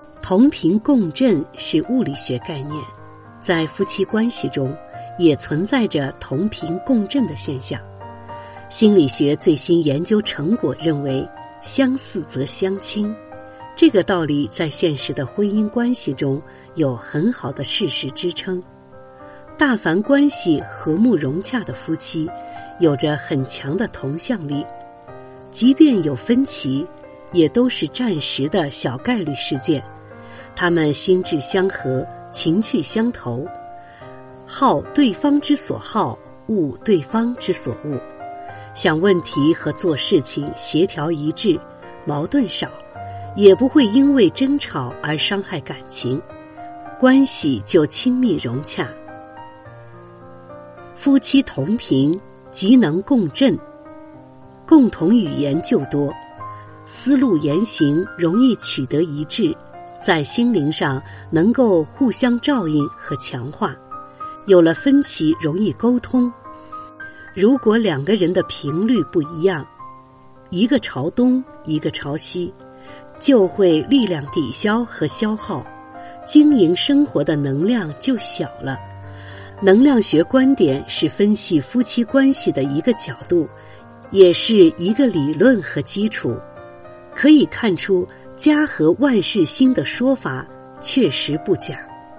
同频共振是物理学概念，在夫妻关系中也存在着同频共振的现象。心理学最新研究成果认为，相似则相亲，这个道理在现实的婚姻关系中有很好的事实支撑。大凡关系和睦融洽的夫妻，有着很强的同向力，即便有分歧，也都是暂时的小概率事件。他们心智相合，情趣相投，好对方之所好，恶对方之所恶，想问题和做事情协调一致，矛盾少，也不会因为争吵而伤害感情，关系就亲密融洽。夫妻同频，即能共振，共同语言就多，思路言行容易取得一致，在心灵上能够互相照应和强化。有了分歧容易沟通，如果两个人的频率不一样，一个朝东一个朝西，就会力量抵消和消耗，经营生活的能量就小了。能量学观点是分析夫妻关系的一个角度，也是一个理论和基础。可以看出家和万事兴的说法确实不假。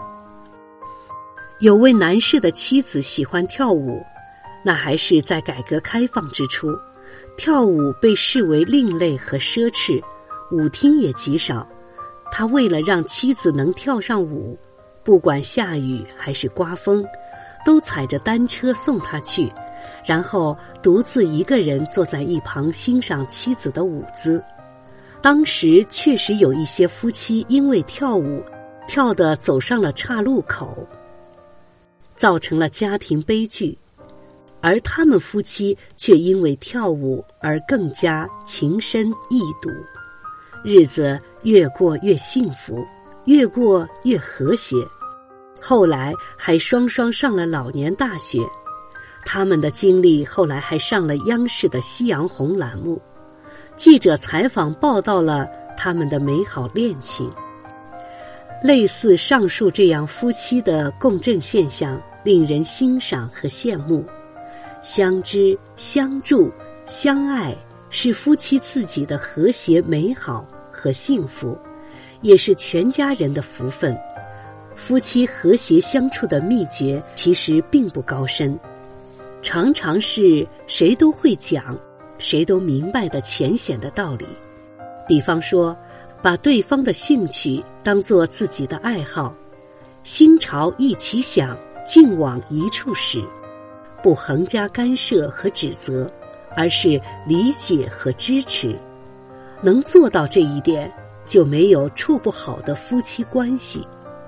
有位男士的妻子喜欢跳舞，那还是在改革开放之初，跳舞被视为另类和奢侈，舞厅也极少。他为了让妻子能跳上舞，不管下雨还是刮风，都踩着单车送她去，然后独自一个人坐在一旁欣赏妻子的舞姿。当时确实有一些夫妻因为跳舞跳得走上了岔路口，造成了家庭悲剧，而他们夫妻却因为跳舞而更加情深意笃，日子越过越幸福，越过越和谐。后来还双双上了老年大学，他们的经历后来还上了央视的夕阳红栏目，记者采访报道了他们的美好恋情。类似上述这样夫妻的共振现象令人欣赏和羡慕。相知、相助、相爱是夫妻自己的和谐美好和幸福，也是全家人的福分。夫妻和谐相处的秘诀其实并不高深，常常是谁都会讲，谁都明白的浅显的道理。比方说，把对方的兴趣当作自己的爱好，心朝一起想，劲往一处使，不横加干涉和指责，而是理解和支持。能做到这一点，就没有处不好的夫妻关系。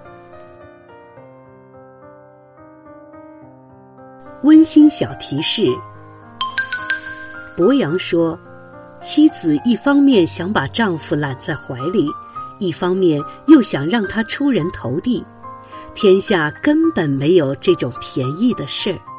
温馨小提示：博洋说，妻子一方面想把丈夫揽在怀里，一方面又想让他出人头地，天下根本没有这种便宜的事儿。